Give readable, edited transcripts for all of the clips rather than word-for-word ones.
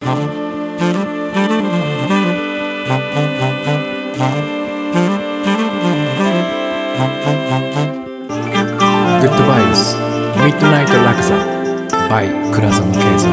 グッドバイブスミッドナイトラクザ by 倉園慶三。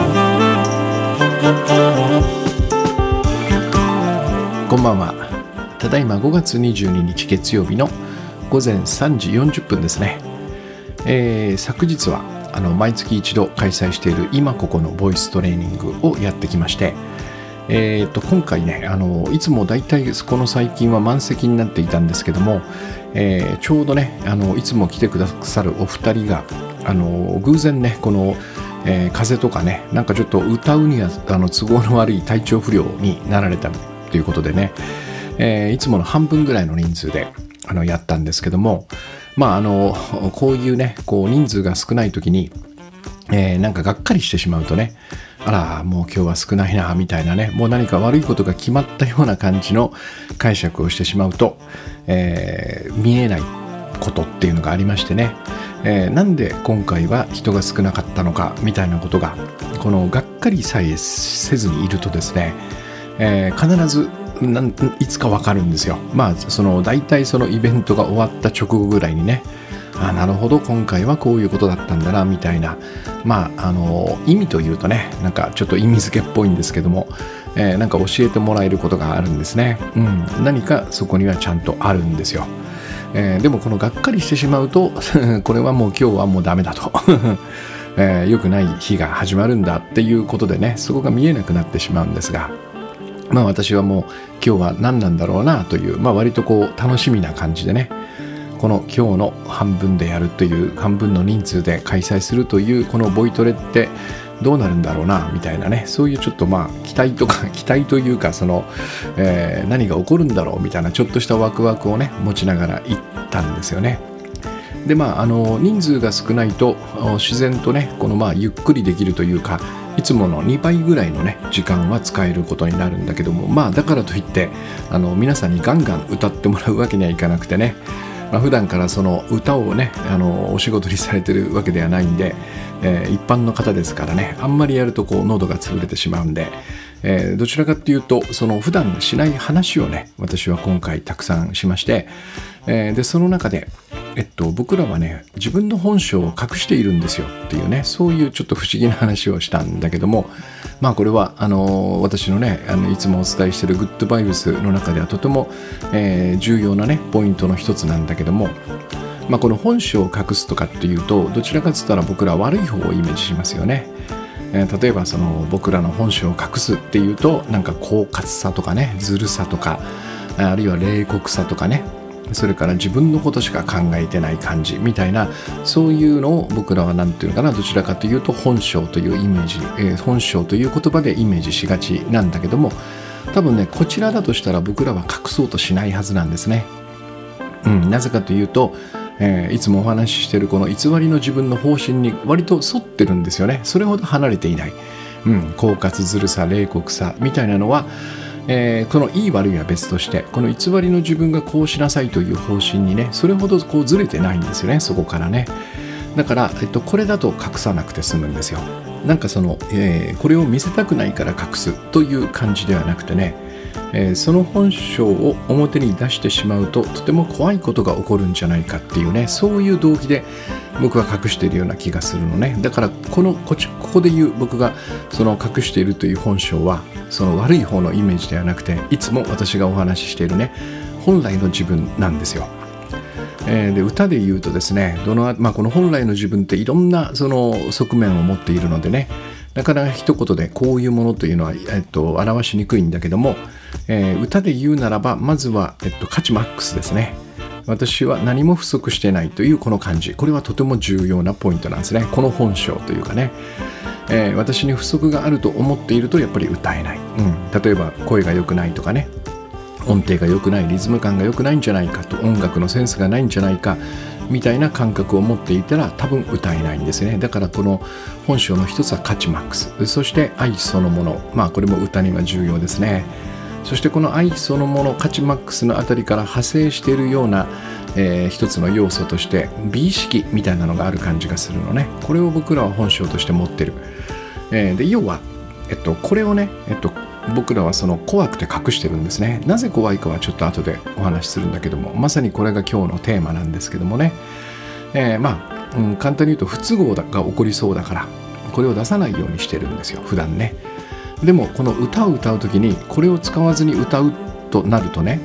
こんばんは。ただいま5月22日月曜日の午前3時40分ですね。昨日は毎月一度開催している今ここのボイストレーニングをやってきまして、今回ねいつもだいたいこの最近は満席になっていたんですけども、ちょうどねいつも来てくださるお二人が偶然ねこの、風邪とかねなんかちょっと歌うには都合の悪い体調不良になられたということでね、いつもの半分ぐらいの人数でやったんですけども、こういうねこう人数が少ない時に、なんかがっかりしてしまうとね、あらもう今日は少ないなみたいなね、もう何か悪いことが決まったような感じの解釈をしてしまうと、見えないことっていうのがありましてね、なんで今回は人が少なかったのかみたいなことがこのがっかりさえせずにいるとですね、必ずいつかわかるんですよ。大体そのイベントが終わった直後ぐらいにね、なるほど今回はこういうことだったんだなみたいな、意味というとねなんかちょっと意味付けっぽいんですけども、なんか教えてもらえることがあるんですね。何かそこにはちゃんとあるんですよ。でもこのがっかりしてしまうとこれはもう今日はもうダメだと良くない日が始まるんだっていうことでね、そこが見えなくなってしまうんですが、私はもう今日は何なんだろうなという、割とこう楽しみな感じでね、この今日の半分でやるという半分の人数で開催するというこのボイトレってどうなるんだろうなみたいなね、そういうちょっと期待というか何が起こるんだろうみたいなちょっとしたワクワクをね持ちながら行ったんですよね。で人数が少ないと自然とねこのゆっくりできるというか、いつもの2倍ぐらいのね時間は使えることになるんだけども、だからといって皆さんにガンガン歌ってもらうわけにはいかなくてね、普段からその歌をねお仕事にされてるわけではないんで、一般の方ですからね、あんまりやるとこう喉が潰れてしまうんで、どちらかっていうとその普段しない話をね私は今回たくさんしまして、でその中で僕らはね自分の本性を隠しているんですよっていうね、そういうちょっと不思議な話をしたんだけども、これは私のねいつもお伝えしているグッドバイブスの中ではとても、重要なねポイントの一つなんだけども、この本性を隠すとかっていうとどちらかといったら僕らは悪い方をイメージしますよね。例えばその僕らの本性を隠すっていうとなんか狡猾さとかね、ずるさとか、あるいは冷酷さとかね、それから自分のことしか考えてない感じみたいな、そういうのを僕らはなんていうのかな、どちらかというと本性というイメージ、本性という言葉でイメージしがちなんだけども、多分ねこちらだとしたら僕らは隠そうとしないはずなんですね。なぜかというと、いつもお話ししているこの偽りの自分の方針に割と沿ってるんですよね。それほど離れていない、狡猾ずるさ冷酷さみたいなのは、このいい悪いは別として、この偽りの自分がこうしなさいという方針にねそれほどこうずれてないんですよね、そこからね。だから、これだと隠さなくて済むんですよ。なんかこれを見せたくないから隠すという感じではなくてね、その本性を表に出してしまうととても怖いことが起こるんじゃないかっていうね、そういう動機で僕は隠しているような気がするのね。だからここで言う僕がその隠しているという本性はその悪い方のイメージではなくて、いつも私がお話ししているね本来の自分なんですよ。で歌で言うとですねこの本来の自分っていろんなその側面を持っているのでね、なかなか一言でこういうものというのは、表しにくいんだけども、歌で言うならばまずは、価値マックスですね。私は何も不足してないというこの感じ、これはとても重要なポイントなんですね。この本性というかね、私に不足があると思っているとやっぱり歌えない、例えば声が良くないとかね、音程が良くない、リズム感が良くないんじゃないかと、音楽のセンスがないんじゃないかみたいな感覚を持っていたら多分歌えないんですね。だからこの本性の一つは価値マックス、そして愛そのもの、これも歌には重要ですね。そしてこの愛そのもの、価値マックスのあたりから派生しているような、一つの要素として美意識みたいなのがある感じがするのね。これを僕らは本性として持ってる。で要はこれをね、僕らはその怖くて隠してるんですね。なぜ怖いかはちょっと後でお話しするんだけども、まさにこれが今日のテーマなんですけどもね、簡単に言うと不都合が起こりそうだからこれを出さないようにしてるんですよ、普段ね。でもこの歌を歌う時にこれを使わずに歌うとなるとね、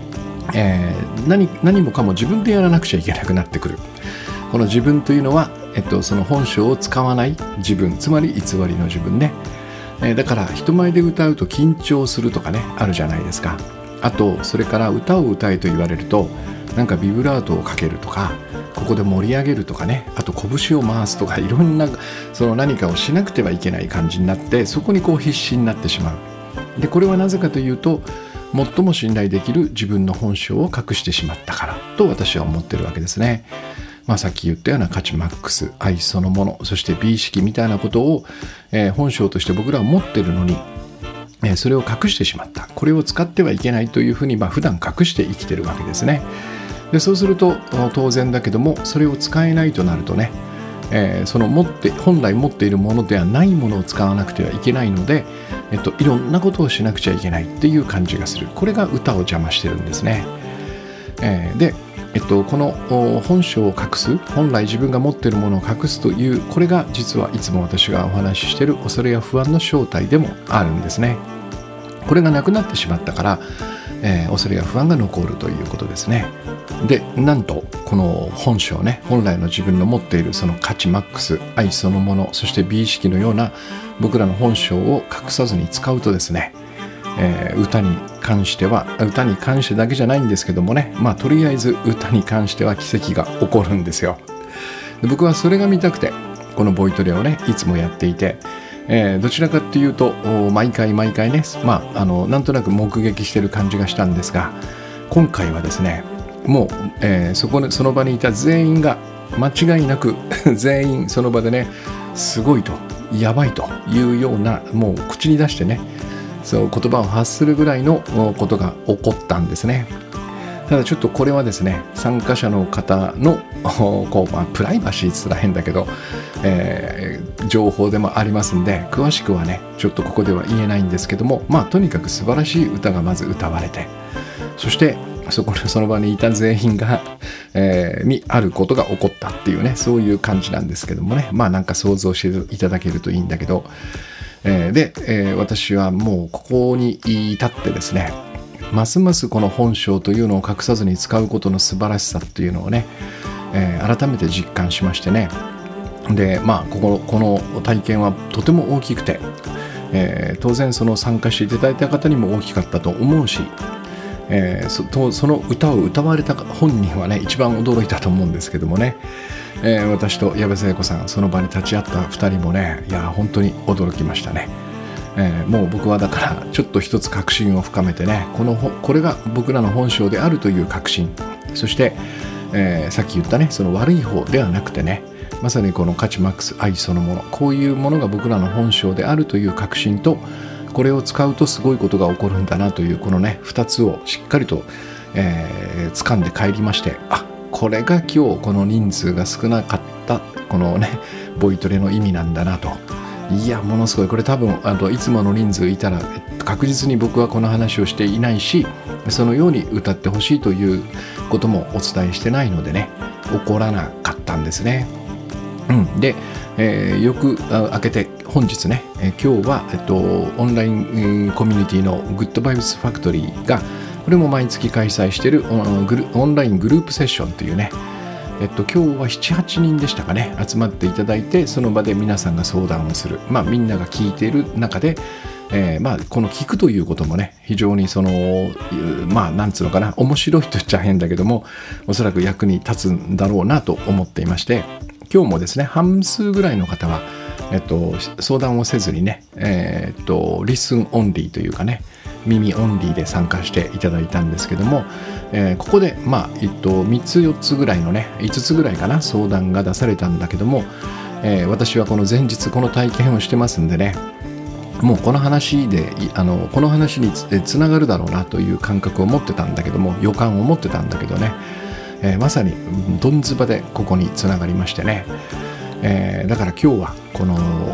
何もかも自分でやらなくちゃいけなくなってくる。この自分というのは、その本性を使わない自分、つまり偽りの自分ね。だから人前で歌うと緊張するとかね、あるじゃないですか。あとそれから歌を歌えと言われるとなんかビブラートをかけるとか、ここで盛り上げるとかね、あと拳を回すとか、いろんなその何かをしなくてはいけない感じになって、そこにこう必死になってしまう。でこれはなぜかというと、最も信頼できる自分の本性を隠してしまったからと私は思ってるわけですね。さっき言ったような価値マックス、愛そのもの、そして美意識みたいなことを、本性として僕らは持ってるのに、それを隠してしまった。これを使ってはいけないというふうに、普段隠して生きてるわけですね。でそうすると当然だけども、それを使えないとなるとね、本来持っているものではないものを使わなくてはいけないので、いろんなことをしなくちゃいけないっていう感じがする。これが歌を邪魔してるんですね。でこの本性を隠す、本来自分が持っているものを隠すという、これが実はいつも私がお話ししている恐れや不安の正体でもあるんですね。これがなくなってしまったから、恐れや不安が残るということですね。でなんとこの本性ね、本来の自分の持っているその価値マックス、愛そのもの、そして美意識のような僕らの本性を隠さずに使うとですね、歌に関してだけじゃないんですけどもね、とりあえず歌に関しては奇跡が起こるんですよ。で僕はそれが見たくてこのボイトレをねいつもやっていて、どちらかっていうと毎回ね、なんとなく目撃してる感じがしたんですが、今回はですねもう、その場にいた全員が間違いなく全員その場でね、すごいと、やばいというような、もう口に出してね、そう言葉を発するぐらいのことが起こったんですね。ただちょっとこれはですね、参加者の方のプライバシーって言ったら変だけど、情報でもありますんで、詳しくはねちょっとここでは言えないんですけども、とにかく素晴らしい歌がまず歌われて、そしてその場にいた全員が、にあることが起こったっていうね、そういう感じなんですけどもね、なんか想像していただけるといいんだけど、私はもうここに至ってですね、ますますこの本性というのを隠さずに使うことの素晴らしさっていうのをね、改めて実感しましてね。でこの体験はとても大きくて、当然その参加していただいた方にも大きかったと思うし、その歌を歌われた本人はね一番驚いたと思うんですけどもね、私と矢部聖子さん、その場に立ち会った2人もね、いや本当に驚きましたね。もう僕はだからちょっと一つ確信を深めてね、これが僕らの本性であるという確信、そして、さっき言ったね、その悪い方ではなくてね、まさにこの価値マックス、愛そのもの、こういうものが僕らの本性であるという確信と、これを使うとすごいことが起こるんだなというこのね2つをしっかりと、掴んで帰りまして、これが今日この人数が少なかったこのねボイトレの意味なんだなと。いやものすごい、これ多分いつもの人数いたら確実に僕はこの話をしていないし、そのように歌ってほしいということもお伝えしてないのでね、起こらなかったんですね。で、よく明けて本日ね、今日は、オンライン、コミュニティのグッドバイブスファクトリーが、これも毎月開催しているオンライングループセッションというね、今日は 7,8 人でしたかね、集まっていただいて、その場で皆さんが相談をする、みんなが聞いている中で、この聞くということもね、非常になんつうのかな、面白いと言っちゃ変だけども、おそらく役に立つんだろうなと思っていまして、今日もですね、半数ぐらいの方は、相談をせずにね、リスンオンリーというかね、耳オンリーで参加していただいたんですけども、ここで、3つ4つぐらいのね、5つぐらいかな、相談が出されたんだけども、私はこの前日この体験をしてますんでね、もうこの話につながるだろうなという感覚を持ってたんだけども、予感を持ってたんだけどね、まさにどんずばでここにつながりましてね、だから今日はこの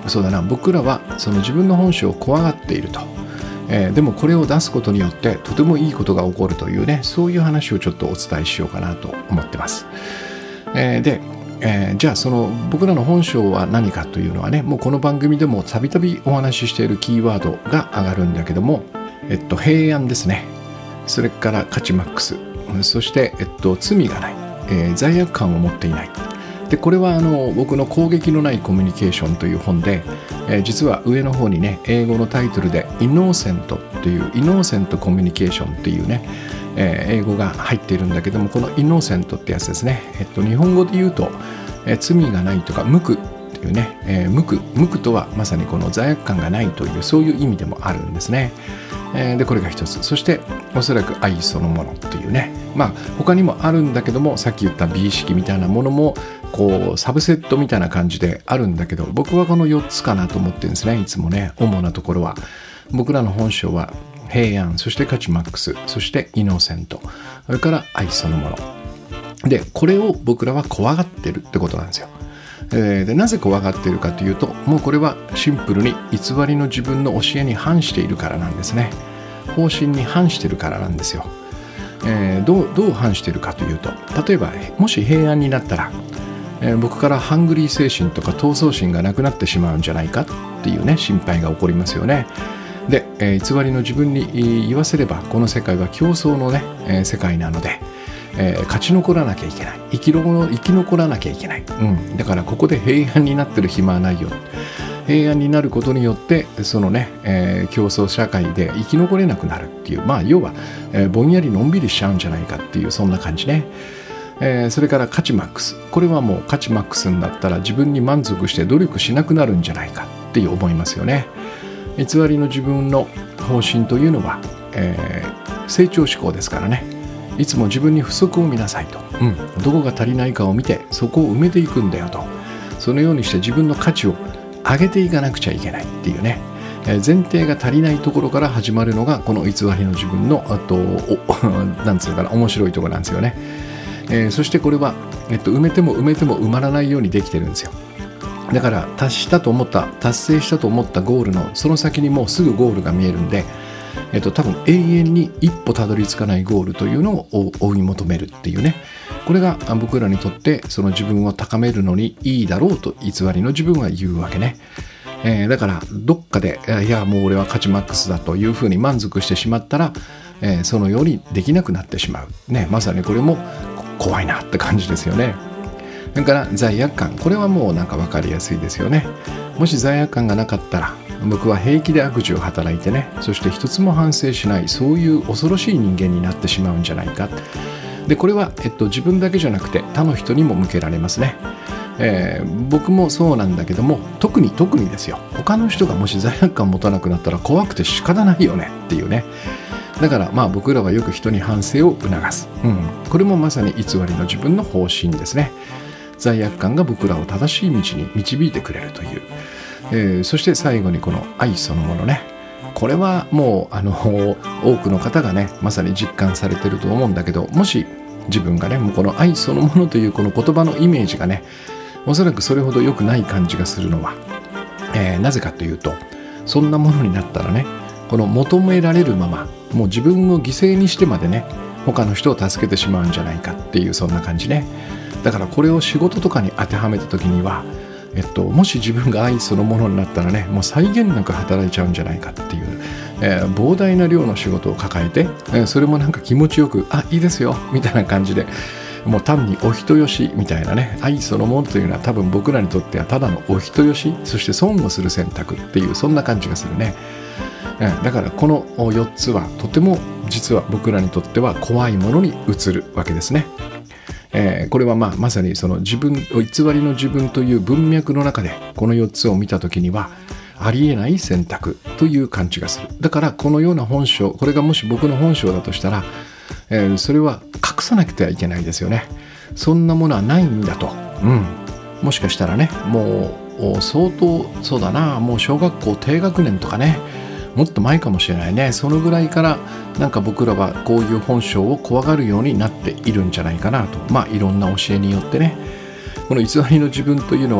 そうだな、僕らはその自分の本性を怖がっていると、でもこれを出すことによってとてもいいことが起こるというね、そういう話をちょっとお伝えしようかなと思ってます。で、じゃあその僕らの本性は何かというのはね、もうこの番組でもたびたびお話ししているキーワードが上がるんだけども、平安ですね。それから価値マックス、そして、罪がない、罪悪感を持っていない。でこれは僕の攻撃のないコミュニケーションという本で、実は上の方にね、英語のタイトルでイノーセントというイノーセントコミュニケーションっていうね、英語が入っているんだけども、このイノーセントってやつですね。日本語で言うと、罪がないとか無垢っていうね、無垢とはまさにこの罪悪感がないというそういう意味でもあるんですね。でこれが一つ。そしておそらく愛そのものというね、他にもあるんだけども、さっき言った美意識みたいなものもこうサブセットみたいな感じであるんだけど、僕はこの4つかなと思ってるんですね。いつもね、主なところは僕らの本性は平安、そして価値マックス、そしてイノーセント、それから愛そのもので、これを僕らは怖がってるってことなんですよ。でなぜ怖がっているかというと、もうこれはシンプルに偽りの自分の教えに反しているからなんですね。方針に反しているからなんですよ。どう反しているかというと、例えばもし平安になったら、僕からハングリー精神とか闘争心がなくなってしまうんじゃないかっていうね、心配が起こりますよね。で、偽りの自分に言わせれば、この世界は競争のね、世界なので、勝ち残らなきゃいけない、生き残らなきゃいけない、だからここで平安になってる暇はないよ。平安になることによってそのね、競争社会で生き残れなくなるっていう、要は、ぼんやりのんびりしちゃうんじゃないかっていう、そんな感じね。それから価値マックス、これはもう価値マックスになったら自分に満足して努力しなくなるんじゃないかっていう思いますよね。偽りの自分の方針というのは、成長志向ですからね。いつも自分に不足を見なさいと、どこが足りないかを見てそこを埋めていくんだよと、そのようにして自分の価値を上げていかなくちゃいけないっていうね、前提が足りないところから始まるのがこの偽りの自分のなんつうかな、面白いところなんですよね。そしてこれは、埋めても埋めても埋まらないようにできてるんですよ。だから達成したと思ったゴールのその先にもうすぐゴールが見えるんで、多分永遠に一歩たどり着かないゴールというのを追い求めるっていうね、これが僕らにとってその自分を高めるのにいいだろうと偽りの自分は言うわけね。だからどっかでいやもう俺は価値マックスだというふうに満足してしまったら、そのようにできなくなってしまう、ね、まさにこれも怖いなって感じですよね。だから罪悪感、これはもうなんか分かりやすいですよね。もし罪悪感がなかったら僕は平気で悪事を働いてね、そして一つも反省しない、そういう恐ろしい人間になってしまうんじゃないか。でこれは、自分だけじゃなくて他の人にも向けられますね。僕もそうなんだけども、特にですよ、他の人がもし罪悪感を持たなくなったら怖くて仕方ないよねっていうね。だから僕らはよく人に反省を促す、これもまさに偽りの自分の方針ですね。罪悪感が僕らを正しい道に導いてくれるという、そして最後にこの愛そのものね。これはもう多くの方がねまさに実感されてると思うんだけど、もし自分がねもうこの愛そのものというこの言葉のイメージがねおそらくそれほど良くない感じがするのは、なぜかというと、そんなものになったらね、この求められるままもう自分を犠牲にしてまでね他の人を助けてしまうんじゃないかっていう、そんな感じね。だからこれを仕事とかに当てはめた時には、もし自分が愛そのものになったらね、もう際限なく働いちゃうんじゃないかっていう、膨大な量の仕事を抱えて、それもなんか気持ちよくいいですよみたいな感じで、もう単にお人よしみたいなね、愛そのものというのは多分僕らにとってはただのお人よし、そして損をする選択っていう、そんな感じがするね。だからこの4つはとても実は僕らにとっては怖いものに映るわけですね。これはまさにその偽りの自分という文脈の中でこの4つを見たときにはありえない選択という感じがする。だからこのような本性、これがもし僕の本性だとしたら、それは隠さなくてはいけないですよね。そんなものはないんだと、もしかしたらね、もう相当そうだな、もう小学校低学年とかね、もっと前かもしれないね。そのぐらいからなんか僕らはこういう本性を怖がるようになっているんじゃないかなと。いろんな教えによってね、この偽りの自分というのは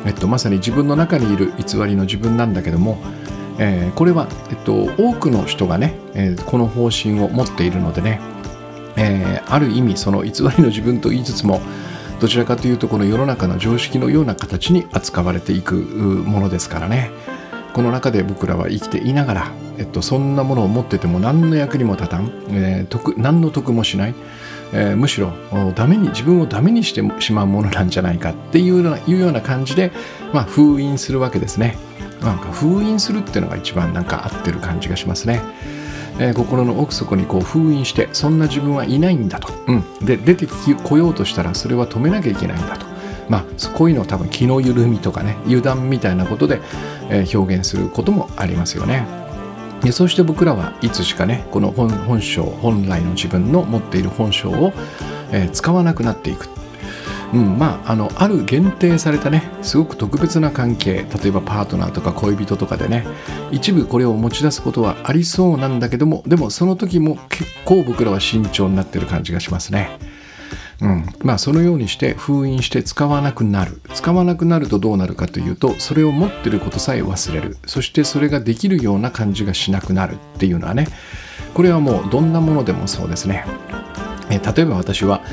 まさに自分の中にいる偽りの自分なんだけども、これは、多くの人がね、この方針を持っているのでね、ある意味その偽りの自分と言いつつも、どちらかというとこの世の中の常識のような形に扱われていくものですからね。この中で僕らは生きていながら、そんなものを持ってても何の役にも立たん、何の得もしない、むしろ自分をダメにしてしまうものなんじゃないかっていうような感じで、封印するわけですね。なんか封印するっていうのが一番なんか合ってる感じがしますね。心の奥底にこう封印して、そんな自分はいないんだと、で出てこようとしたらそれは止めなきゃいけないんだと、こういうのを多分気の緩みとかね、油断みたいなことで、表現することもありますよね。でそうして僕らはいつしかね、この本来の自分の持っている本性を、使わなくなっていく。ある限定されたね、すごく特別な関係、例えばパートナーとか恋人とかでね、一部これを持ち出すことはありそうなんだけども、でもその時も結構僕らは慎重になってる感じがしますね。そのようにして封印して使わなくなるとどうなるかというと、それを持ってることさえ忘れる。そしてそれができるような感じがしなくなるっていうのはね、これはもうどんなものでもそうですね。例えば私は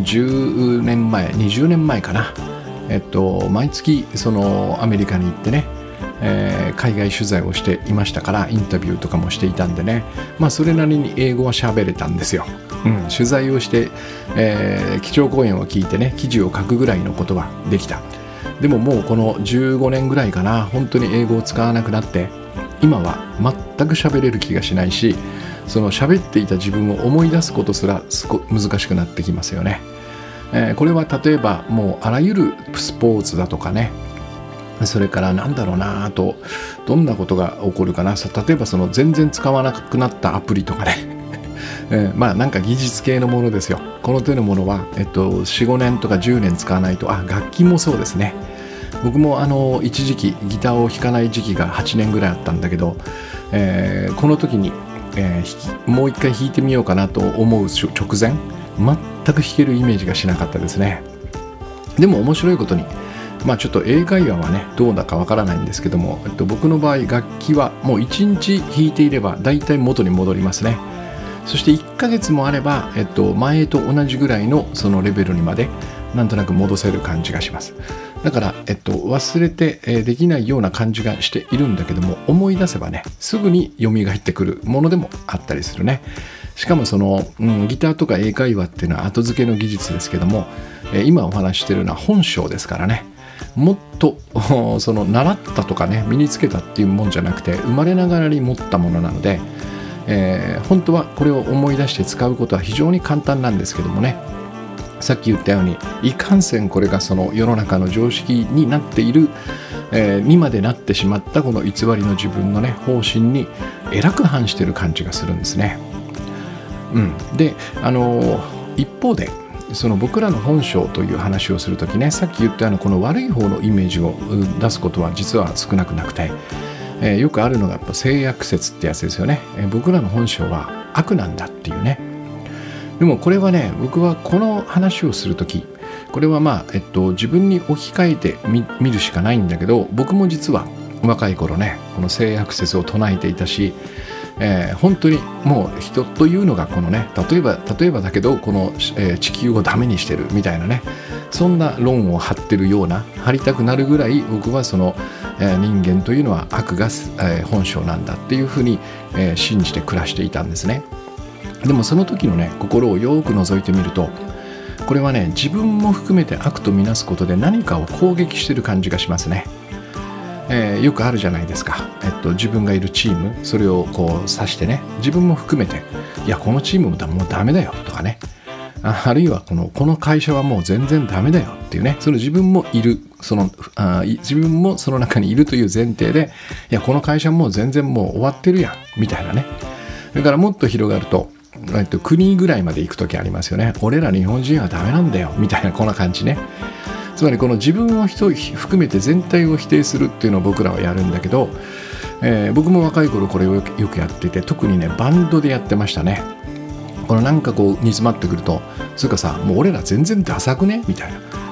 20年前かな、毎月そのアメリカに行ってね、海外取材をしていましたから、インタビューとかもしていたんでね、それなりに英語は喋れたんですよ。取材をして、基調講演を聞いてね、記事を書くぐらいのことはできた。でももうこの15年ぐらいかな、本当に英語を使わなくなって、今は全く喋れる気がしないし、その喋っていた自分を思い出すことすら難しくなってきますよね。これは例えばもうあらゆるスポーツだとかね、それからなんだろうな、あとどんなことが起こるかな、例えばその全然使わなくなったアプリとかねなんか技術系のものですよ。この手のものは、4、5年とか10年使わないと、楽器もそうですね。僕も一時期ギターを弾かない時期が8年ぐらいあったんだけど、この時に、もう一回弾いてみようかなと思う直前、全く弾けるイメージがしなかったですね。でも面白いことに、ちょっと英会話はねどうだかわからないんですけども、僕の場合楽器はもう1日弾いていればだいたい元に戻りますね。そして1ヶ月もあれば、前と同じぐらいのそのレベルにまでなんとなく戻せる感じがします。だから、忘れて、できないような感じがしているんだけども、思い出せばねすぐに蘇ってくるものでもあったりするね。しかもその、ギターとか英会話っていうのは後付けの技術ですけども、今お話しているのは本性ですからね。もっとその習ったとかね身につけたっていうもんじゃなくて、生まれながらに持ったものなので、本当はこれを思い出して使うことは非常に簡単なんですけどもね、さっき言ったようにいかんせんこれがその世の中の常識になっている、にまでなってしまったこの偽りの自分のね方針にえらく反している感じがするんですね。で一方でその僕らの本性という話をするときね、さっき言ったようなこの悪い方のイメージを出すことは実は少なくなくて、よくあるのがやっぱ性悪説ってやつですよね。僕らの本性は悪なんだっていうね。でもこれはね、僕はこの話をするとき、これは自分に置き換えて見るしかないんだけど、僕も実は若い頃ねこの性悪説を唱えていたし、本当にもう人というのがこのね、例えばだけどこの、地球をダメにしてるみたいなね、そんな論を張ってるような、張りたくなるぐらい僕はその、人間というのは悪が、本性なんだっていうふうに、信じて暮らしていたんですね。でもその時のね心をよく覗いてみると、これはね自分も含めて悪とみなすことで何かを攻撃してる感じがしますね。よくあるじゃないですか。自分がいるチーム、それをこう指してね、自分も含めて、いやこのチームもうダメだよとかね、あるいはこの会社はもう全然ダメだよっていうね、その自分もいる、自分もその中にいるという前提で、いやこの会社もう全然もう終わってるやんみたいなね。だからもっと広がると、国ぐらいまで行くときありますよね。俺ら日本人はダメなんだよみたいな、こんな感じね。つまりこの自分を含めて全体を否定するっていうのを僕らはやるんだけど、僕も若い頃これをよくやってて、特にねバンドでやってましたね。このなんかこう煮詰まってくると、つうかさ、もう俺ら全然ダサくねみたいな、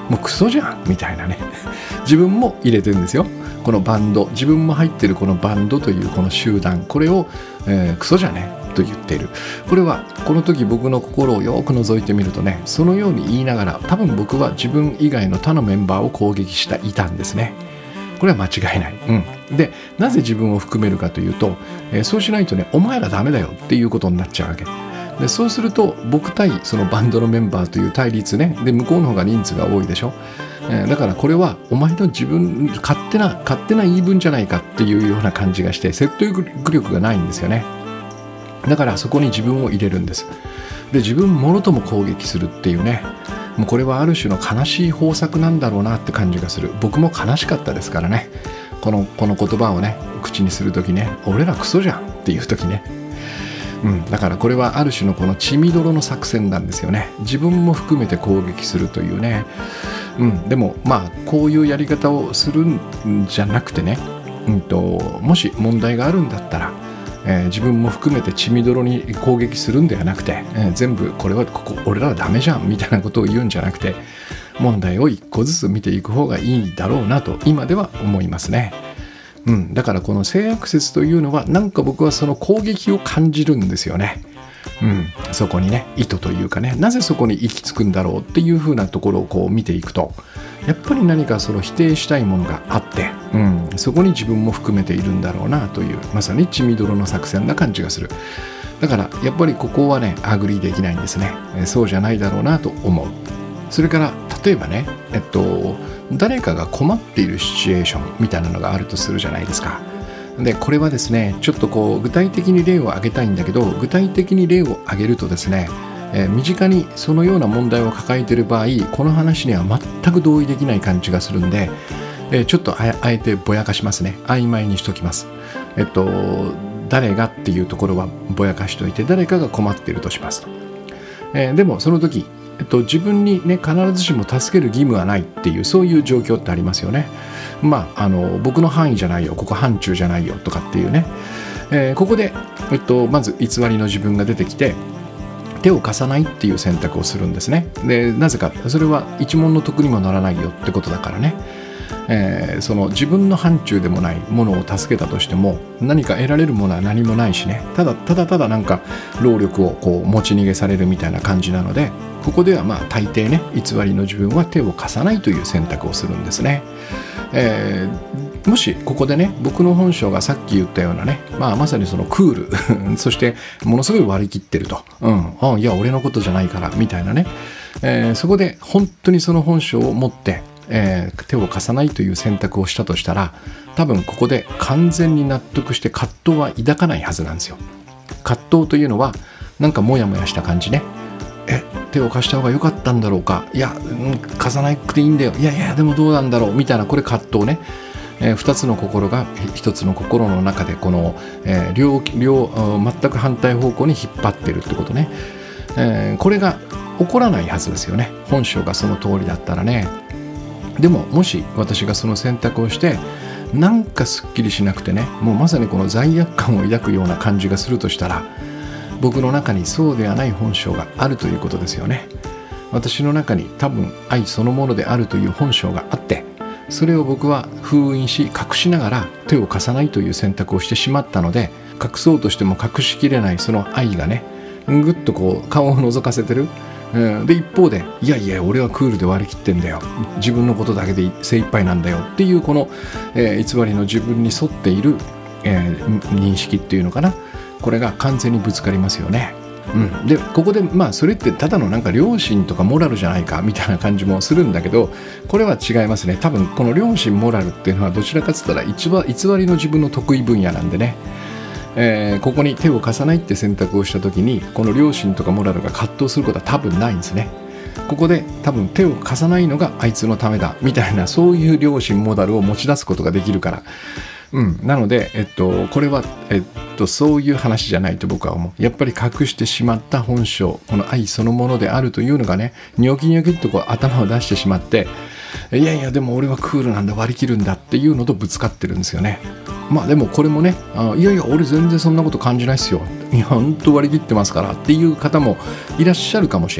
もうクソじゃんみたいなね自分も入れてるんですよ。このバンド、自分も入ってるこのバンドというこの集団、これを、クソじゃねと言っている。これはこの時僕の心をよく覗いてみるとね、そのように言いながら多分僕は自分以外の他のメンバーを攻撃していたんですね。これは間違いない、で、なぜ自分を含めるかというと、そうしないとね、お前らダメだよっていうことになっちゃうわけで、そうすると僕対そのバンドのメンバーという対立ね、で向こうの方が人数が多いでしょ。だからこれはお前の自分勝手な言い分じゃないかっていうような感じがして、説得力がないんですよね。だからそこに自分を入れるんです。で、自分もろとも攻撃するっていうね、もうこれはある種の悲しい方策なんだろうなって感じがする。僕も悲しかったですからね、この言葉をね口にするときね、俺らクソじゃんっていうときね、だからこれはある種のこの血みどろの作戦なんですよね。自分も含めて攻撃するというね。でもこういうやり方をするんじゃなくてね、もし問題があるんだったら、自分も含めて血みどろに攻撃するんではなくて、全部これは俺らはダメじゃんみたいなことを言うんじゃなくて、問題を一個ずつ見ていく方がいいだろうなと今では思いますね。だからこの性悪説というのは、なんか僕はその攻撃を感じるんですよね。そこにね、意図というかね、なぜそこに行き着くんだろうっていう風なところをこう見ていくと、やっぱり何かその否定したいものがあって、そこに自分も含めているんだろうなという、まさに血みどろの作戦な感じがする。だからやっぱりここはね、アグリーできないんですね。そうじゃないだろうなと思う。それから例えばね、誰かが困っているシチュエーションみたいなのがあるとするじゃないですか。で、これはですね、ちょっとこう具体的に例を挙げたいんだけど、具体的に例を挙げるとですね、身近にそのような問題を抱えている場合、この話には全く同意できない感じがするんで、ちょっとあえてぼやかしますね。曖昧にしときます。誰がっていうところはぼやかしといて、誰かが困っているとしますと。でもその時、自分にね、必ずしも助ける義務はないっていう、そういう状況ってありますよね。僕の範囲じゃないよ、ここ範疇じゃないよとかっていうね、ここで、まず偽りの自分が出てきて、手を貸さないっていう選択をするんですね。で、なぜか、それは一文の得にもならないよってことだからね。その自分の範疇でもないものを助けたとしても、何か得られるものは何もないしね、ただなんか労力をこう持ち逃げされるみたいな感じなので、ここでは大抵ね、偽りの自分は手を貸さないという選択をするんですね。もしここでね、僕の本性がさっき言ったようなね、まさにそのクールそしてものすごい割り切ってると、いや俺のことじゃないからみたいなね、そこで本当にその本性を持って、手を貸さないという選択をしたとしたら、多分ここで完全に納得して葛藤は抱かないはずなんですよ。葛藤というのはなんかモヤモヤした感じね。手を貸した方が良かったんだろうか、いや、貸さなくていいんだよ、いやでもどうなんだろうみたいな、これ葛藤ね。2つの心が1つの心の中でこの、両全く反対方向に引っ張ってるってことね。これが起こらないはずですよね、本性がその通りだったらね。でももし私がその選択をしてなんかすっきりしなくてね、もうまさにこの罪悪感を抱くような感じがするとしたら、僕の中にそうではない本性があるということですよね。私の中に多分愛そのものであるという本性があって、それを僕は封印し隠しながら手を貸さないという選択をしてしまったので、隠そうとしても隠しきれないその愛がね、ぐっとこう顔を覗かせてる。で、一方でいや俺はクールで割り切ってんだよ、自分のことだけで精一杯なんだよっていうこの、偽りの自分に沿っている、認識っていうのかな、これが完全にぶつかりますよね。でここでそれってただのなんか良心とかモラルじゃないかみたいな感じもするんだけど、これは違いますね。多分この良心モラルっていうのはどちらかといったら偽りの自分の得意分野なんでね、ここに手を貸さないって選択をした時に、この良心とかモラルが葛藤することは多分ないんですね。ここで多分手を貸さないのがあいつのためだみたいな、そういう良心モラルを持ち出すことができるから、なので、これは、そういう話じゃないと僕は思う。やっぱり隠してしまった本性、この愛そのものであるというのがね、ニョキニョキっとこう頭を出してしまって、いやでも俺はクールなんだ、割り切るんだっていうのとぶつかってるんですよね。でもこれもね、いや俺全然そんなこと感じないっすよ、いや本当割り切ってますからっていう方もいらっしゃるかもしれない。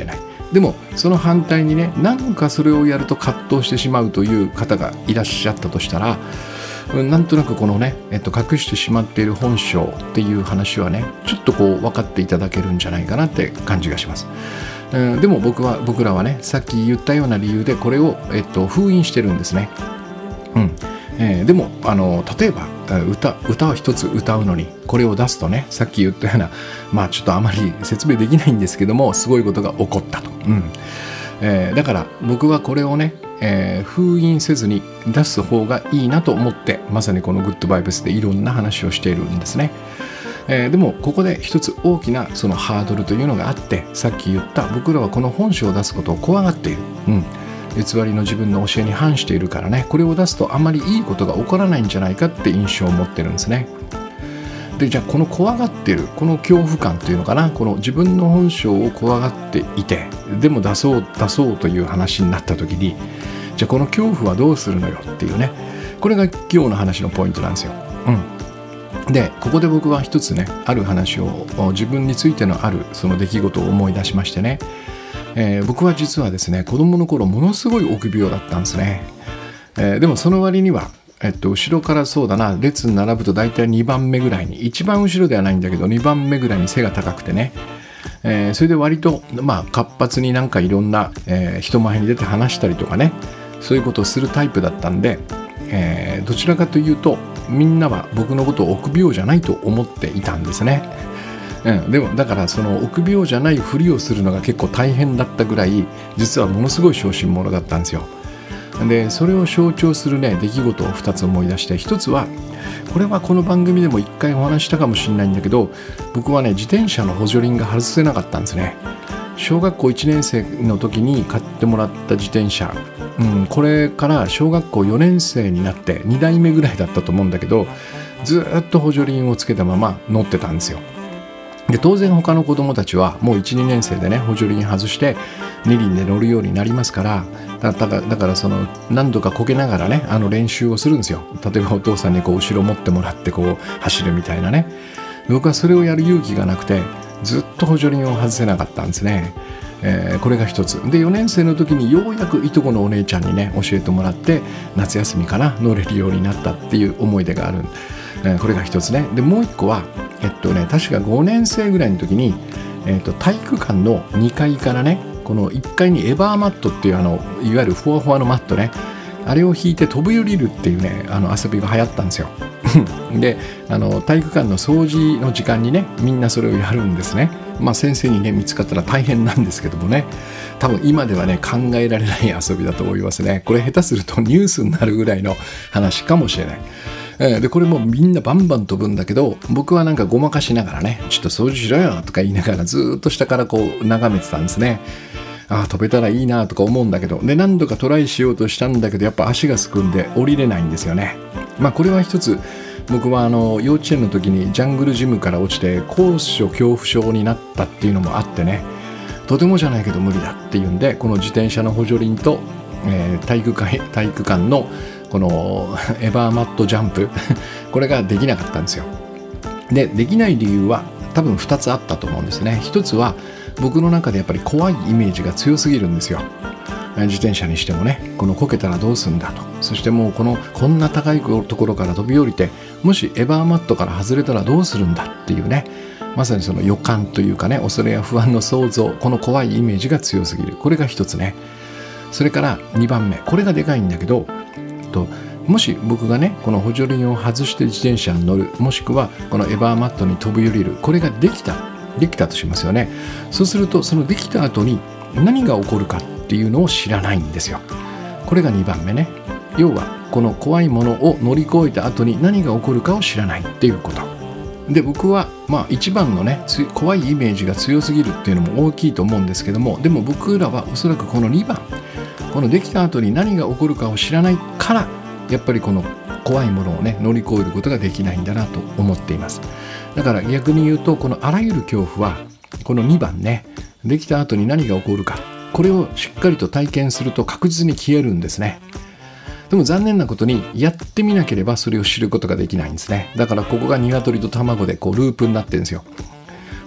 でもその反対にね、なんかそれをやると葛藤してしまうという方がいらっしゃったとしたら、なんとなくこのね、隠してしまっている本性っていう話はね、ちょっとこう分かっていただけるんじゃないかなって感じがします。でも僕らはね、さっき言ったような理由でこれを、封印してるんですね。でも例えば歌を一つ歌うのにこれを出すとね、さっき言ったような、ちょっとあまり説明できないんですけども、すごいことが起こったと。だから僕はこれをね、封印せずに出す方がいいなと思って、まさにこのグッドバイブスでいろんな話をしているんですね。でもここで一つ大きなそのハードルというのがあって、さっき言った僕らはこの本性を出すことを怖がっている、偽りの自分の教えに反しているからね、これを出すとあまりいいことが起こらないんじゃないかって印象を持ってるんですね。で、じゃあこの怖がっているこの恐怖感というのかな、この自分の本性を怖がっていて、でも出そうという話になった時に、じゃあこの恐怖はどうするのよっていうね、これが今日の話のポイントなんですよ。で、ここで僕は一つね、ある話を、自分についてのあるその出来事を思い出しましてね、僕は実はですね、子供の頃ものすごい臆病だったんですね。でもその割には、後ろからそうだな、列に並ぶと大体2番目ぐらいに、一番後ろではないんだけど2番目ぐらいに背が高くてね、それで割と活発になんかいろんな、人前に出て話したりとかね、そういうことをするタイプだったんで、どちらかというとみんなは僕のことを臆病じゃないと思っていたんですね。でもだからその臆病じゃないふりをするのが結構大変だったぐらい、実はものすごい小心者だったんですよ。でそれを象徴するね、出来事を2つ思い出して、1つはこれはこの番組でも1回お話したかもしれないんだけど、僕はね、自転車の補助輪が外せなかったんですね。小学校1年生の時に買ってもらった自転車、これから小学校4年生になって2代目ぐらいだったと思うんだけど、ずっと補助輪をつけたまま乗ってたんですよ。で当然他の子供たちはもう 1,2 年生でね、補助輪外して二輪で乗るようになりますから、だからその何度かこけながらね、練習をするんですよ。例えばお父さんにこう後ろ持ってもらってこう走るみたいなね。僕はそれをやる勇気がなくて、ずっと補助輪を外せなかったんですね。これが一つで、4年生の時にようやくいとこのお姉ちゃんにね教えてもらって、夏休みかな、乗れるようになったっていう思い出がある。これが一つね。でもう一個は確か5年生ぐらいの時に、体育館の2階からね、この1階にエバーマットっていういわゆるふわふわのマットね、あれを引いて飛び降りるっていうね、遊びが流行ったんですよ。で体育館の掃除の時間にね、みんなそれをやるんですね。先生にね見つかったら大変なんですけどもね、多分今ではね考えられない遊びだと思いますね。これ下手するとニュースになるぐらいの話かもしれない。でこれもみんなバンバン飛ぶんだけど、僕はなんかごまかしながらね、ちょっと掃除しろよとか言いながらずっと下からこう眺めてたんですね。飛べたらいいなとか思うんだけど、で何度かトライしようとしたんだけど、やっぱ足がすくんで降りれないんですよね。これは一つ、僕は幼稚園の時にジャングルジムから落ちて高所恐怖症になったっていうのもあってね、とてもじゃないけど無理だっていうんで、この自転車の補助輪と、体育館のこのエバーマットジャンプこれができなかったんですよ。できない理由は多分2つあったと思うんですね。1つは僕の中でやっぱり怖いイメージが強すぎるんですよ。自転車にしてもね、このこけたらどうすんだと、そしてもうこんな高いところから飛び降りて、もしエバーマットから外れたらどうするんだっていうね、まさにその予感というかね、恐れや不安の想像、この怖いイメージが強すぎる。これが1つね。それから2番目、これがでかいんだけど、もし僕がねこの補助輪を外して自転車に乗る、もしくはこのエバーマットに飛び降りる、これができたとしますよね。そうするとそのできた後に何が起こるかっていうのを知らないんですよ。これが2番目ね。要はこの怖いものを乗り越えた後に何が起こるかを知らないっていうことで、僕は一番のね怖いイメージが強すぎるっていうのも大きいと思うんですけども、でも僕らはおそらくこの2番、このできた後に何が起こるかを知らないから、やっぱりこの怖いものをね乗り越えることができないんだなと思っています。だから逆に言うと、このあらゆる恐怖はこの2番ね、できた後に何が起こるか、これをしっかりと体験すると確実に消えるんですね。でも残念なことにやってみなければそれを知ることができないんですね。だからここが鶏と卵でこうループになってるんですよ。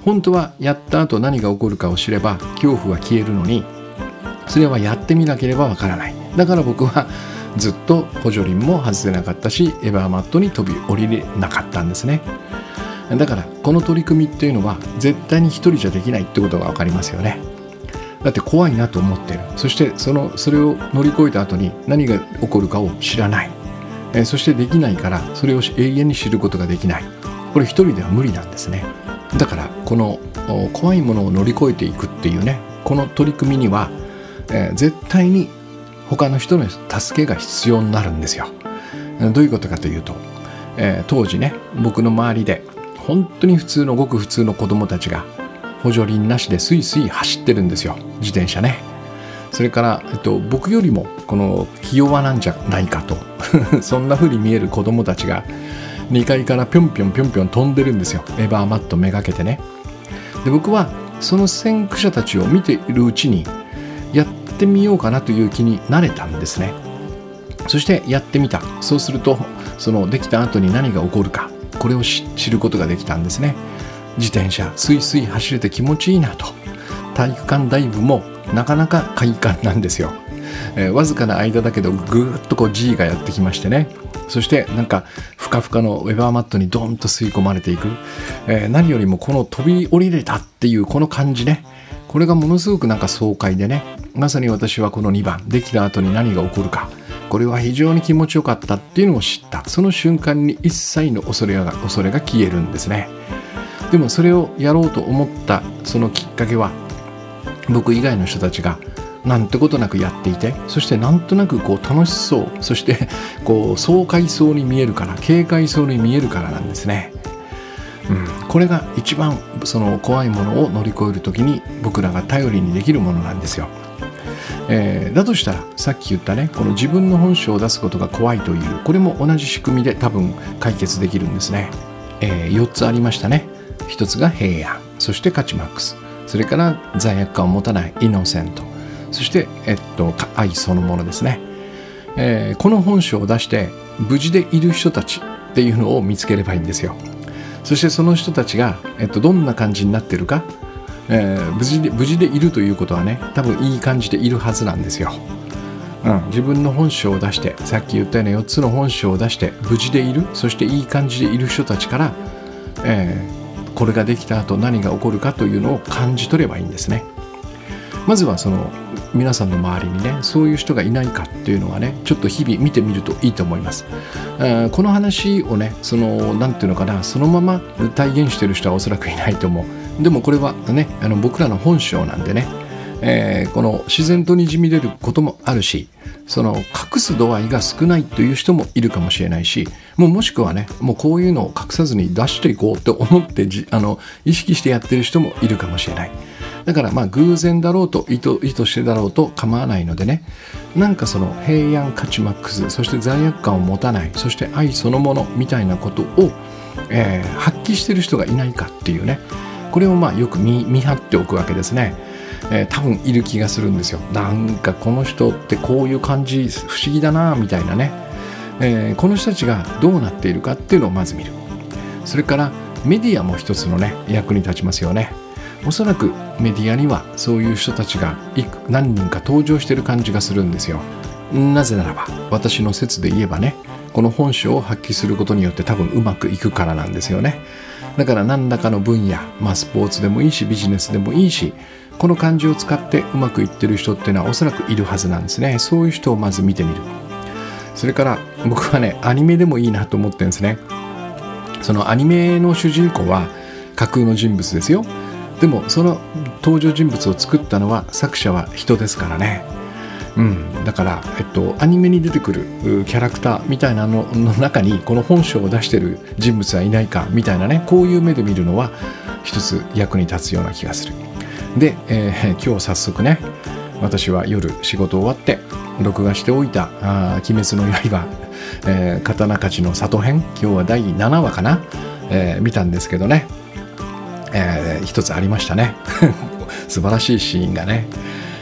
本当はやった後何が起こるかを知れば恐怖は消えるのに、それはやってみなければわからない。だから僕はずっと補助輪も外せなかったし、エバーマットに飛び降りれなかったんですね。だからこの取り組みっていうのは絶対に一人じゃできないってことが分かりますよね。だって怖いなと思っている。そしてそれを乗り越えた後に何が起こるかを知らない。そしてできないからそれを永遠に知ることができない。これ一人では無理なんですね。だからこの怖いものを乗り越えていくっていうね、この取り組みには、絶対に他の人の助けが必要になるんですよ。どういうことかというと、当時ね、僕の周りで本当にごく普通の子供たちが補助輪なしでスイスイ走ってるんですよ、自転車ね。それから、僕よりもこのひ弱なんじゃないかとそんな風に見える子供たちが2階からぴょんぴょんぴょんぴょん飛んでるんですよ、エバーマットめがけてね。で、僕はその先駆者たちを見ているうちにやってみようかなという気になれたんですね。そしてやってみた。そうするとそのできた後に何が起こるか、これを知ることができたんですね。自転車スイスイ走れて気持ちいいなと。体育館ダイブもなかなか快感なんですよ。わずかな間だけどぐーっとG がやってきましてね。そしてなんかふかふかのウェバーマットにドンと吸い込まれていく、何よりもこの飛び降りれたっていうこの感じね、これがものすごくなんか爽快でね、まさに私はこの2番できた後に何が起こるか、これは非常に気持ちよかったっていうのを知った。その瞬間に一切の恐れが消えるんですね。でもそれをやろうと思ったそのきっかけは、僕以外の人たちがなんてことなくやっていて、そしてなんとなく楽しそう、そして爽快そうに見えるから、軽快そうに見えるからなんですね。これが一番その怖いものを乗り越えるときに僕らが頼りにできるものなんですよ。だとしたらさっき言ったね、この自分の本性を出すことが怖いという、これも同じ仕組みで多分解決できるんですね。4つありましたね。1つが平安、そしてカチマックス、それから罪悪感を持たないイノセント、そして、愛そのものですね。この本性を出して無事でいる人たちっていうのを見つければいいんですよ。そしてその人たちが、どんな感じになってるか、無事でいるということはね、多分いい感じでいるはずなんですよ。自分の本性を出して、さっき言ったような4つの本性を出して無事でいる、そしていい感じでいる人たちから、これができた後何が起こるかというのを感じ取ればいいんですね。まずはその皆さんの周りにね、そういう人がいないかっていうのはね、ちょっと日々見てみるといいと思います。この話をね、なんていうのかな、そのまま体現している人はおそらくいないと思う。でもこれはね、僕らの本性なんでね、この自然とにじみ出ることもあるし、その隠す度合いが少ないという人もいるかもしれないし、もしくはね、もうこういうのを隠さずに出していこうと思って意識してやってる人もいるかもしれない。だから偶然だろうと意図してだろうと構わないのでね、なんかその平安、カチマックス、そして罪悪感を持たない、そして愛そのものみたいなことを、発揮してる人がいないかっていうね、これをよく見張っておくわけですね。多分いる気がするんですよ。なんかこの人ってこういう感じ不思議だなみたいなね、この人たちがどうなっているかっていうのをまず見る。それからメディアも一つのね、役に立ちますよね。おそらくメディアにはそういう人たちが何人か登場している感じがするんですよ。なぜならば私の説で言えばね、この本性を発揮することによって多分うまくいくからなんですよね。だから何らかの分野、スポーツでもいいしビジネスでもいいし、この漢字を使ってうまくいってる人っていうのはおそらくいるはずなんですね。そういう人をまず見てみる。それから僕はね、アニメでもいいなと思ってるんですね。そのアニメの主人公は架空の人物ですよ。でもその登場人物を作ったのは作者は人ですからね。だから、アニメに出てくるキャラクターみたいなのの中にこの本性を出している人物はいないかみたいなね、こういう目で見るのは一つ役に立つような気がする。で、今日早速ね、私は夜仕事終わって録画しておいた鬼滅の刃、刀鍛冶の里編、今日は第7話かな、見たんですけどね、一つありましたね素晴らしいシーンがね、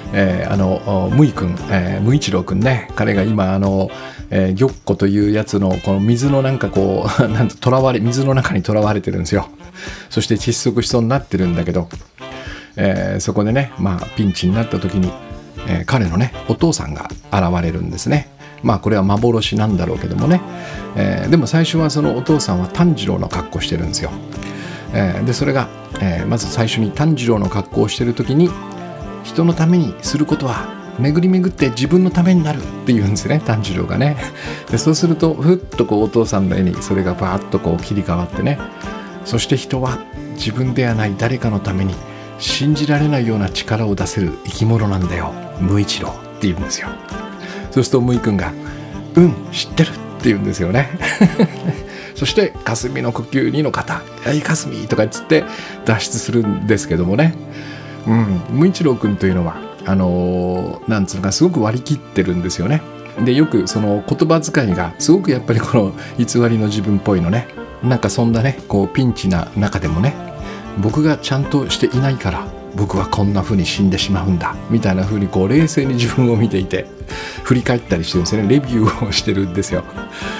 むいくん、むいちろうくんね、彼が今玉子というやつのこの水のなんかこう水の中に囚われてるんですよ。そして窒息しそうになってるんだけど、そこでね、ピンチになった時に、彼のねお父さんが現れるんですね。これは幻なんだろうけどもね、でも最初はそのお父さんは炭治郎の格好してるんですよ。でそれが、まず最初に炭治郎の格好をしてる時に、人のためにすることは巡り巡って自分のためになるって言うんですね、炭治郎がね。でそうするとふっとこうお父さんの絵にそれがバーッとこう切り替わってね、そして人は自分ではない誰かのために信じられないような力を出せる生き物なんだよ、無一郎って言うんですよ。そうするとむいくんが知ってるって言うんですよね。そして霞の呼吸2の方、霞とか言って脱出するんですけどもね、無一郎くんというのはなんつうのかすごく割り切ってるんですよね。でよくその言葉遣いがすごくやっぱりこの偽りの自分っぽいのね。なんかそんなねこうピンチな中でもね、僕がちゃんとしていないから僕はこんな風に死んでしまうんだみたいな風にこう冷静に自分を見ていて振り返ったりしてるんですよね。レビューをしてるんですよ。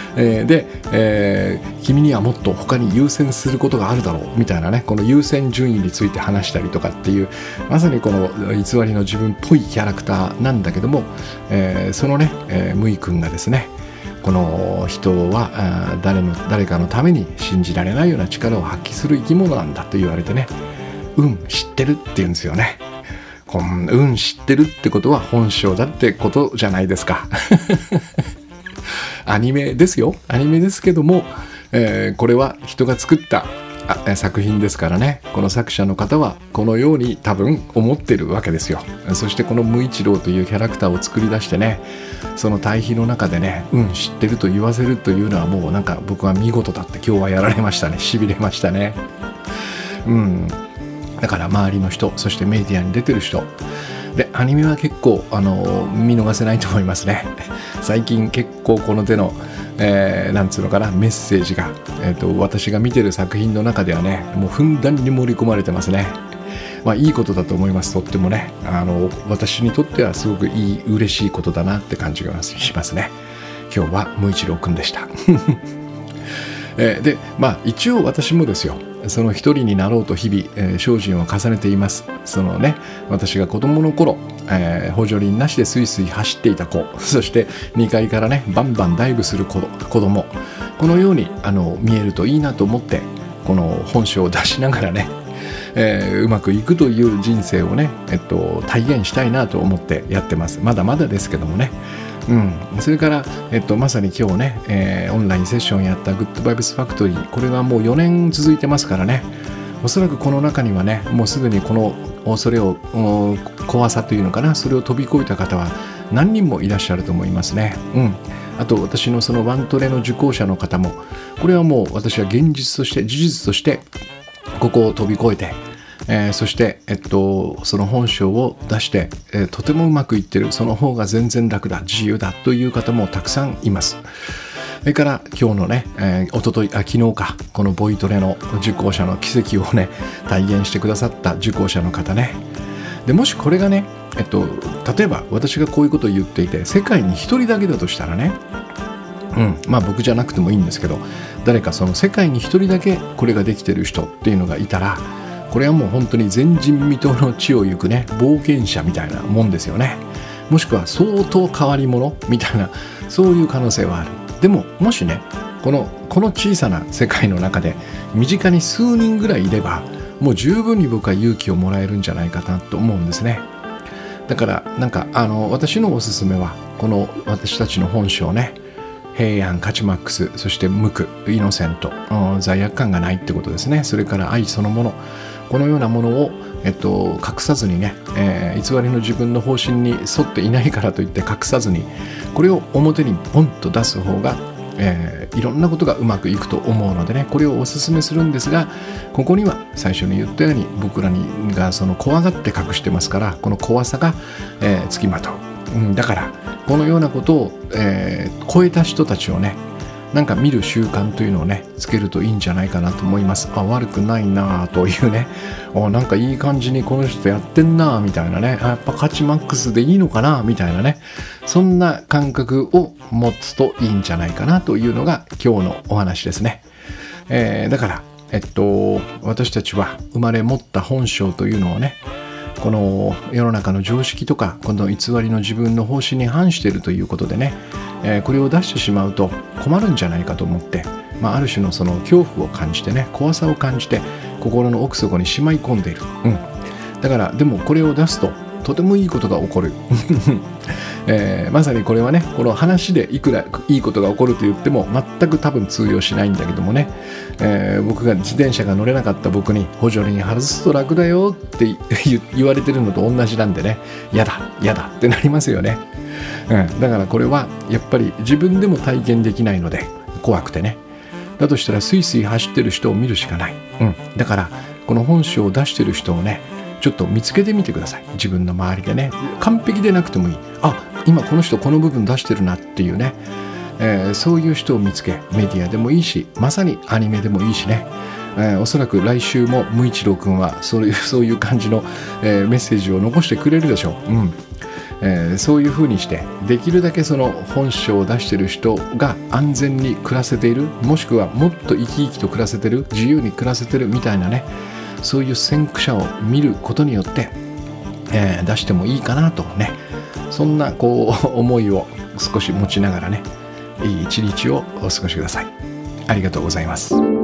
で、君にはもっと他に優先することがあるだろうみたいなね、この優先順位について話したりとかっていう、まさにこの偽りの自分っぽいキャラクターなんだけども、そのね、むいくんがですね、この人は誰かのために信じられないような力を発揮する生き物なんだと言われてね、知ってるって言うんですよね。知ってるってことは本性だってことじゃないですか。アニメですよ。アニメですけども、これは人が作った作品ですからね、この作者の方はこのように多分思ってるわけですよ。そしてこの無一郎というキャラクターを作り出してね、その対比の中でね、知ってると言わせるというのはもうなんか僕は見事だって今日はやられましたね。しびれましたね。だから周りの人、そしてメディアに出てる人で、アニメは結構見逃せないと思いますね。最近結構この手の、なんつうのかな、メッセージが、私が見てる作品の中ではね、もうふんだんに盛り込まれてますね。いいことだと思います。とってもね、私にとってはすごく嬉しいことだなって感じがしますね。今日は無一郎くんでした。で一応私もですよ、その一人になろうと日々、精進を重ねています。そのね、私が子供の頃、補助輪なしでスイスイ走っていた子、そして2階からねバンバンダイブする子供、このように見えるといいなと思って、この本性を出しながらね、うまくいくという人生をね、体現したいなと思ってやってます。まだまだですけどもね。それから、まさに今日ね、オンラインセッションやったグッドバイブスファクトリー、これはもう4年続いてますからね、おそらくこの中にはね、もうすでにそれを怖さというのかな、それを飛び越えた方は何人もいらっしゃると思いますね。あと私のそのワントレの受講者の方も、これはもう私は現実として事実としてここを飛び越えて、そして、その本性を出して、とてもうまくいってる、その方が全然楽だ、自由だという方もたくさんいます。それから今日のね、昨日か、このボイトレの受講者の奇跡をね体現してくださった受講者の方ね。でもしこれがね、例えば私がこういうことを言っていて、世界に一人だけだとしたらね、僕じゃなくてもいいんですけど、誰かその世界に一人だけこれができてる人っていうのがいたら、これはもう本当に前人未到の地を行くね、冒険者みたいなもんですよね。もしくは相当変わり者みたいな、そういう可能性はある。でももしね、この小さな世界の中で身近に数人ぐらいいれば、もう十分に僕は勇気をもらえるんじゃないかなと思うんですね。だからなんか私のおすすめは、この私たちの本性ね、平安、カチマックス、そして無垢、イノセント、罪悪感がないってことですね。それから愛そのもの、このようなものを、隠さずにね、偽りの自分の方針に沿っていないからといって隠さずに、これを表にポンと出す方が、いろんなことがうまくいくと思うのでね、これをお勧めするんですが、ここには最初に言ったように僕らがその怖がって隠してますから、この怖さが、つきまとう。だからこのようなことを、超えた人たちをね、 なんか見る習慣というのをねつけるといいんじゃないかなと思います。悪くないなというね、なんかいい感じにこの人やってんなみたいなね、やっぱ価値マックスでいいのかなみたいなね、そんな感覚を持つといいんじゃないかなというのが今日のお話ですね。だから私たちは生まれ持った本性というのをね、この世の中の常識とかこの偽りの自分の方針に反しているということでね、これを出してしまうと困るんじゃないかと思って、ある種のその恐怖を感じてね、怖さを感じて心の奥底にしまい込んでいる、だからでもこれを出すととてもいいことが起こる、まさにこれはね、この話でいくらいいことが起こると言っても全く多分通用しないんだけどもね、僕が自転車が乗れなかった僕に補助輪外すと楽だよって言われてるのと同じなんでね、やだってなりますよね。だからこれはやっぱり自分でも体験できないので怖くてね、だとしたらスイスイ走ってる人を見るしかない、だからこの本性を出してる人をねちょっと見つけてみてください。自分の周りでね、完璧でなくてもいい、今この人この部分出してるなっていうね、そういう人を見つけ、メディアでもいいし、まさにアニメでもいいしね、おそらく来週も無一郎くんはそういう感じの、メッセージを残してくれるでしょう。そういう風にしてできるだけその本性を出している人が安全に暮らせている、もしくはもっと生き生きと暮らせてる、自由に暮らせてるみたいなね、そういう先駆者を見ることによって、出してもいいかなとね、そんな思いを少し持ちながらね、いい一日をお過ごしください。ありがとうございます。